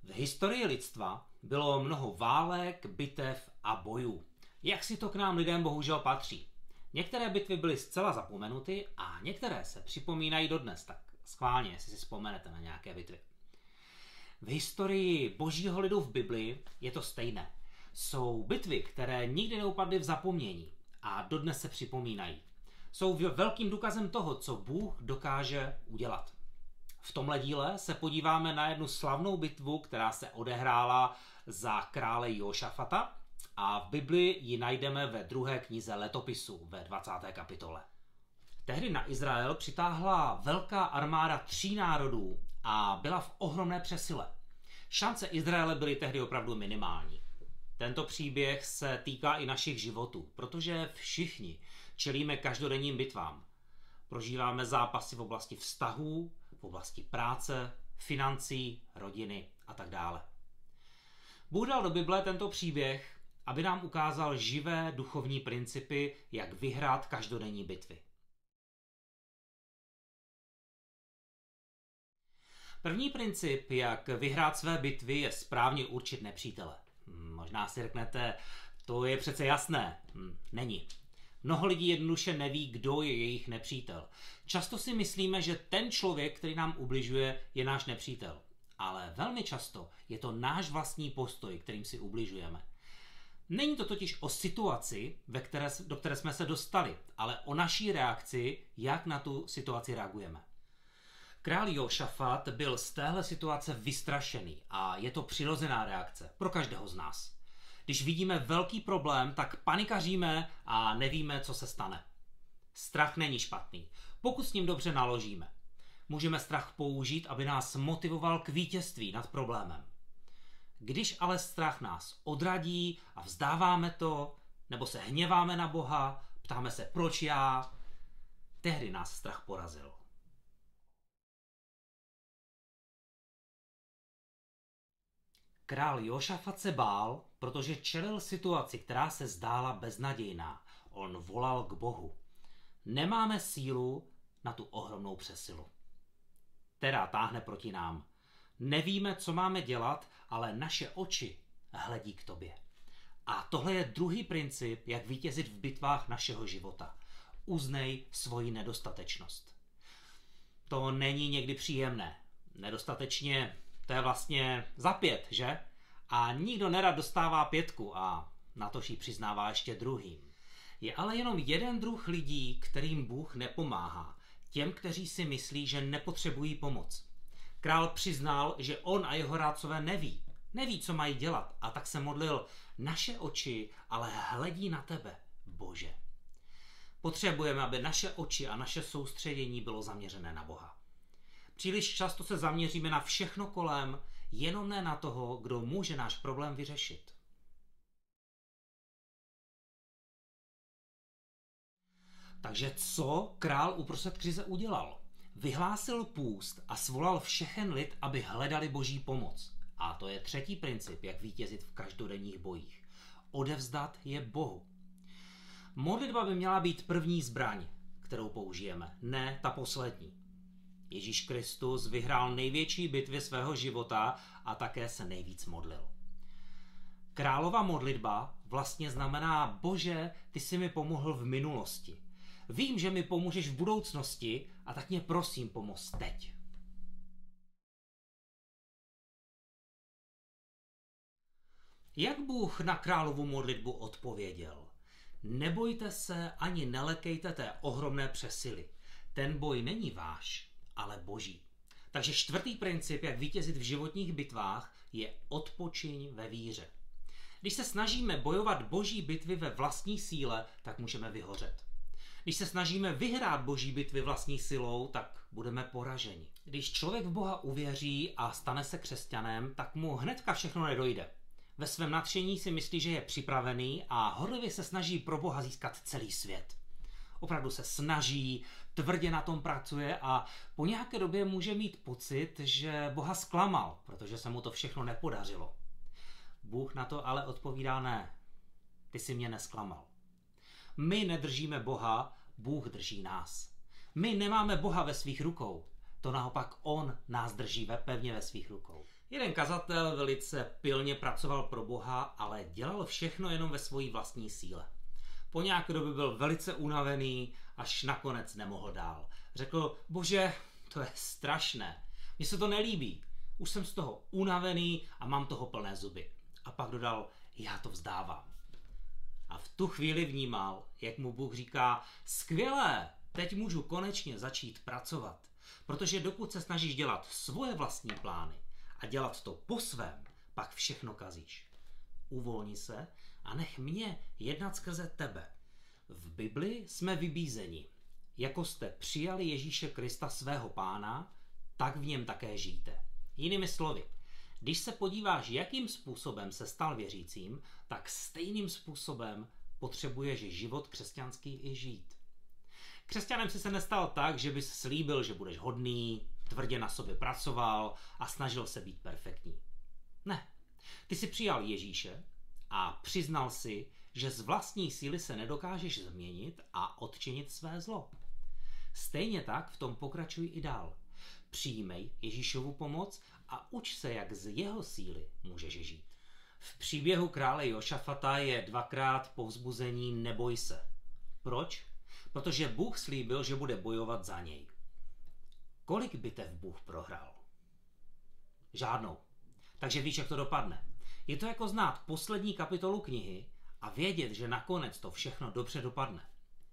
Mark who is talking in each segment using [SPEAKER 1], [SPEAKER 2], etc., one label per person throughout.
[SPEAKER 1] V historii lidstva bylo mnoho válek, bitev a bojů. Jak si to k nám lidem bohužel patří. Některé bitvy byly zcela zapomenuty a některé se připomínají dodnes, tak schválně, jestli si vzpomenete na nějaké bitvy. V historii božího lidu v Biblii je to stejné. Jsou bitvy, které nikdy neupadly v zapomnění a dodnes se připomínají. Jsou velkým důkazem toho, co Bůh dokáže udělat. V tomhle díle se podíváme na jednu slavnou bitvu, která se odehrála za krále Jošafata a v Biblii ji najdeme ve 2. knize Letopisů ve 20. kapitole. Tehdy na Izrael přitáhla velká armáda 3 národů a byla v ohromné přesile. Šance Izraele byly tehdy opravdu minimální. Tento příběh se týká i našich životů, protože všichni čelíme každodenním bitvám. Prožíváme zápasy v oblasti vztahů, v oblasti práce, financí, rodiny a tak dále. Bůh dal do Bible tento příběh, aby nám ukázal živé duchovní principy, jak vyhrát každodenní bitvy. První princip, jak vyhrát své bitvy, je správně určit nepřítele. Možná si řeknete, to je přece jasné. Není. Mnoho lidí jednoduše neví, kdo je jejich nepřítel. Často si myslíme, že ten člověk, který nám ubližuje, je náš nepřítel. Ale velmi často je to náš vlastní postoj, kterým si ubližujeme. Není to totiž o situaci, do které jsme se dostali, ale o naší reakci, jak na tu situaci reagujeme. Král Jošafat byl z téhle situace vystrašený a je to přirozená reakce pro každého z nás. Když vidíme velký problém, tak panikaříme a nevíme, co se stane. Strach není špatný, pokud s ním dobře naložíme. Můžeme strach použít, aby nás motivoval k vítězství nad problémem. Když ale strach nás odradí a vzdáváme to, nebo se hněváme na Boha, ptáme se proč já, tehdy nás strach porazil. Král Jošafat se bál, protože čelil situaci, která se zdála beznadějná. On volal k Bohu. Nemáme sílu na tu ohromnou přesilu. Která táhne proti nám. Nevíme, co máme dělat, ale naše oči hledí k tobě. A tohle je druhý princip, jak vítězit v bitvách našeho života. Uznej svoji nedostatečnost. To není někdy příjemné. Nedostatečně, to je vlastně za 5, že? A nikdo nerad dostává 5 a natož ji přiznává ještě druhým. Je ale jenom jeden druh lidí, kterým Bůh nepomáhá. Těm, kteří si myslí, že nepotřebují pomoc. Král přiznal, že on a jeho rádcové neví, co mají dělat, a tak se modlil: naše oči ale hledí na tebe, Bože. Potřebujeme, aby naše oči a naše soustředění bylo zaměřené na Boha. Příliš často se zaměříme na všechno kolem, jenom ne na toho, kdo může náš problém vyřešit. Takže co král uprostřed krize udělal? Vyhlásil půst a svolal všechen lid, aby hledali boží pomoc. A to je třetí princip, jak vítězit v každodenních bojích. Odevzdat je Bohu. Modlitba by měla být první zbraň, kterou použijeme, ne ta poslední. Ježíš Kristus vyhrál největší bitvy svého života a také se nejvíc modlil. Králova modlitba vlastně znamená: Bože, ty jsi mi pomohl v minulosti. Vím, že mi pomůžeš v budoucnosti, a tak mě prosím pomoz teď. Jak Bůh na královu modlitbu odpověděl? Nebojte se ani nelekejte té ohromné přesily. Ten boj není váš, ale boží. Takže čtvrtý princip, jak vítězit v životních bitvách, je odpočiň ve víře. Když se snažíme bojovat boží bitvy ve vlastní síle, tak můžeme vyhořet. Když se snažíme vyhrát boží bitvy vlastní silou, tak budeme poraženi. Když člověk v Boha uvěří a stane se křesťanem, tak mu hnedka všechno nedojde. Ve svém nadšení si myslí, že je připravený a horlivě se snaží pro Boha získat celý svět. Opravdu se snaží, tvrdě na tom pracuje a po nějaké době může mít pocit, že Boha zklamal, protože se mu to všechno nepodařilo. Bůh na to ale odpovídá: ne, ty jsi mě nesklamal. My nedržíme Boha, Bůh drží nás. My nemáme Boha ve svých rukou. to naopak on nás drží pevně ve svých rukou. Jeden kazatel velice pilně pracoval pro Boha, ale dělal všechno jenom ve své vlastní síle. Po nějaké době byl velice unavený, až nakonec nemohl dál. Řekl: Bože, to je strašné, mně se to nelíbí, už jsem z toho unavený a mám toho plné zuby. A pak dodal: já to vzdávám. A v tu chvíli vnímal, jak mu Bůh říká: skvělé, teď můžu konečně začít pracovat. Protože dokud se snažíš dělat svoje vlastní plány a dělat to po svém, pak všechno kazíš. Uvolni se a nech mě jednat skrze tebe. V Bibli jsme vybízeni. Jako jste přijali Ježíše Krista svého pána, tak v něm také žijte. Jinými slovy, když se podíváš, jakým způsobem se stal věřícím, tak stejným způsobem potřebuješ život křesťanský i žít. Křesťanem si se nestal tak, že bys slíbil, že budeš hodný, tvrdě na sobě pracoval a snažil se být perfektní. Ne, ty jsi přijal Ježíše a přiznal si, že z vlastní síly se nedokážeš změnit a odčinit své zlo. Stejně tak v tom pokračuj i dál. Přijmej Ježíšovu pomoc a uč se, jak z jeho síly můžeš žít. V příběhu krále Jošafata je dvakrát povzbuzení neboj se. Proč? Protože Bůh slíbil, že bude bojovat za něj. Kolik bitev Bůh prohrál? Žádnou. Takže víš, jak to dopadne. Je to jako znát poslední kapitolu knihy a vědět, že nakonec to všechno dobře dopadne.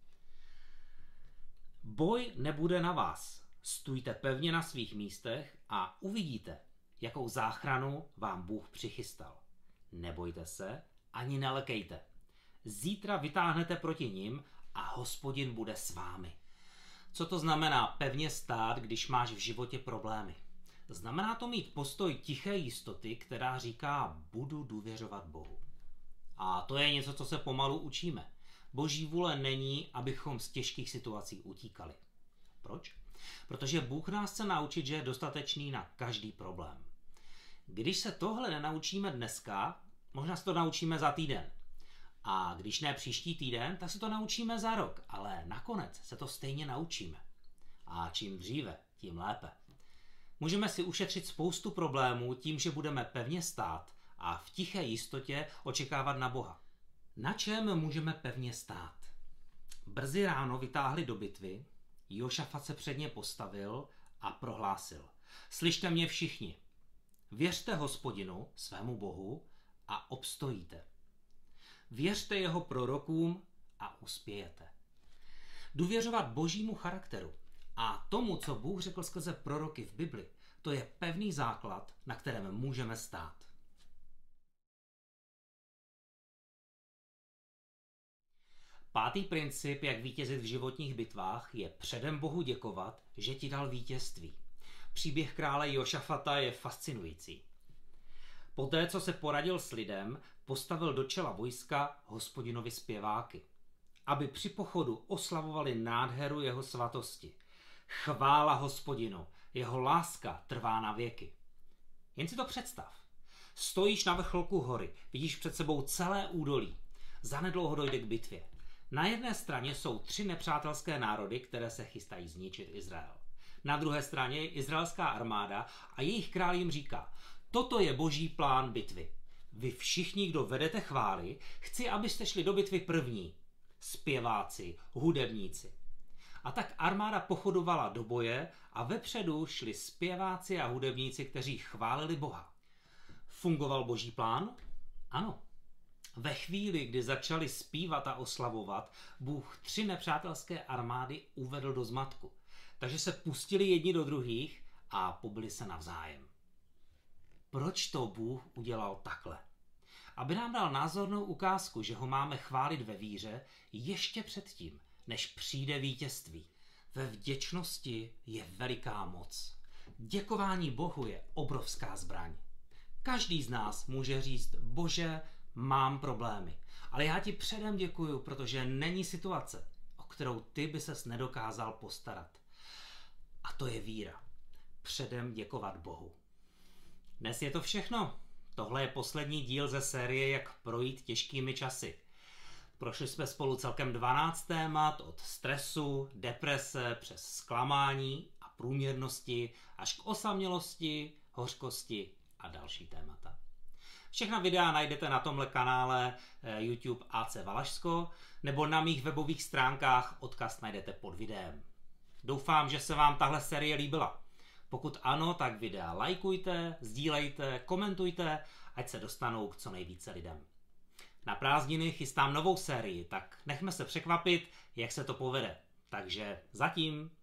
[SPEAKER 1] Boj nebude na vás. Stůjte pevně na svých místech a uvidíte, jakou záchranu vám Bůh přichystal. Nebojte se, ani nelekejte. Zítra vytáhnete proti nim a Hospodin bude s vámi. Co to znamená pevně stát, když máš v životě problémy? Znamená to mít postoj tiché jistoty, která říká: budu důvěřovat Bohu. A to je něco, co se pomalu učíme. Boží vůle není, abychom z těžkých situací utíkali. Proč? Protože Bůh nás chce naučit, že je dostatečný na každý problém. Když se tohle nenaučíme dneska, možná se to naučíme za týden. A když ne příští týden, tak se to naučíme za rok, ale nakonec se to stejně naučíme. A čím dříve, tím lépe. Můžeme si ušetřit spoustu problémů tím, že budeme pevně stát a v tiché jistotě očekávat na Boha. Na čem můžeme pevně stát? Brzy ráno vytáhli do bitvy, Jošafat se před ně postavil a prohlásil: slyšte mě všichni, věřte Hospodinu, svému Bohu, a obstojíte. Věřte jeho prorokům a uspějete. Důvěřovat Božímu charakteru a tomu, co Bůh řekl skrze proroky v Bibli, to je pevný základ, na kterém můžeme stát. Pátý princip, jak vítězit v životních bitvách, je předem Bohu děkovat, že ti dal vítězství. Příběh krále Jošafata je fascinující. Poté, co se poradil s lidem, postavil do čela vojska Hospodinovi zpěváky, aby při pochodu oslavovali nádheru jeho svatosti. Chvála Hospodinu, jeho láska trvá na věky. Jen si to představ. Stojíš na vrcholku hory, vidíš před sebou celé údolí. Zanedlouho dojde k bitvě. Na jedné straně jsou 3 nepřátelské národy, které se chystají zničit Izrael. Na druhé straně je izraelská armáda a jejich král jim říká: toto je Boží plán bitvy. Vy všichni, kdo vedete chvály, chci, abyste šli do bitvy první. Zpěváci, hudebníci. A tak armáda pochodovala do boje a vepředu šli zpěváci a hudebníci, kteří chválili Boha. Fungoval Boží plán? Ano. Ve chvíli, kdy začali zpívat a oslavovat, Bůh 3 nepřátelské armády uvedl do zmatku. Takže se pustili jedni do druhých a pobili se navzájem. Proč to Bůh udělal takhle? Aby nám dal názornou ukázku, že ho máme chválit ve víře ještě předtím, než přijde vítězství. Ve vděčnosti je veliká moc. Děkování Bohu je obrovská zbraň. Každý z nás může říct: Bože, mám problémy, ale já ti předem děkuju, protože není situace, o kterou ty by ses nedokázal postarat. A to je víra. Předem děkovat Bohu. Dnes je to všechno. Tohle je poslední díl ze série Jak projít těžkými časy. Prošli jsme spolu celkem 12 témat, od stresu, deprese, přes zklamání a průměrnosti až k osamělosti, hořkosti a další témata. Všechna videa najdete na tomhle kanále YouTube AC Valašsko nebo na mých webových stránkách, odkaz najdete pod videem. Doufám, že se vám tahle série líbila. Pokud ano, tak videa lajkujte, sdílejte, komentujte, ať se dostanou k co nejvíce lidem. Na prázdniny chystám novou sérii, tak nechme se překvapit, jak se to povede. Takže zatím.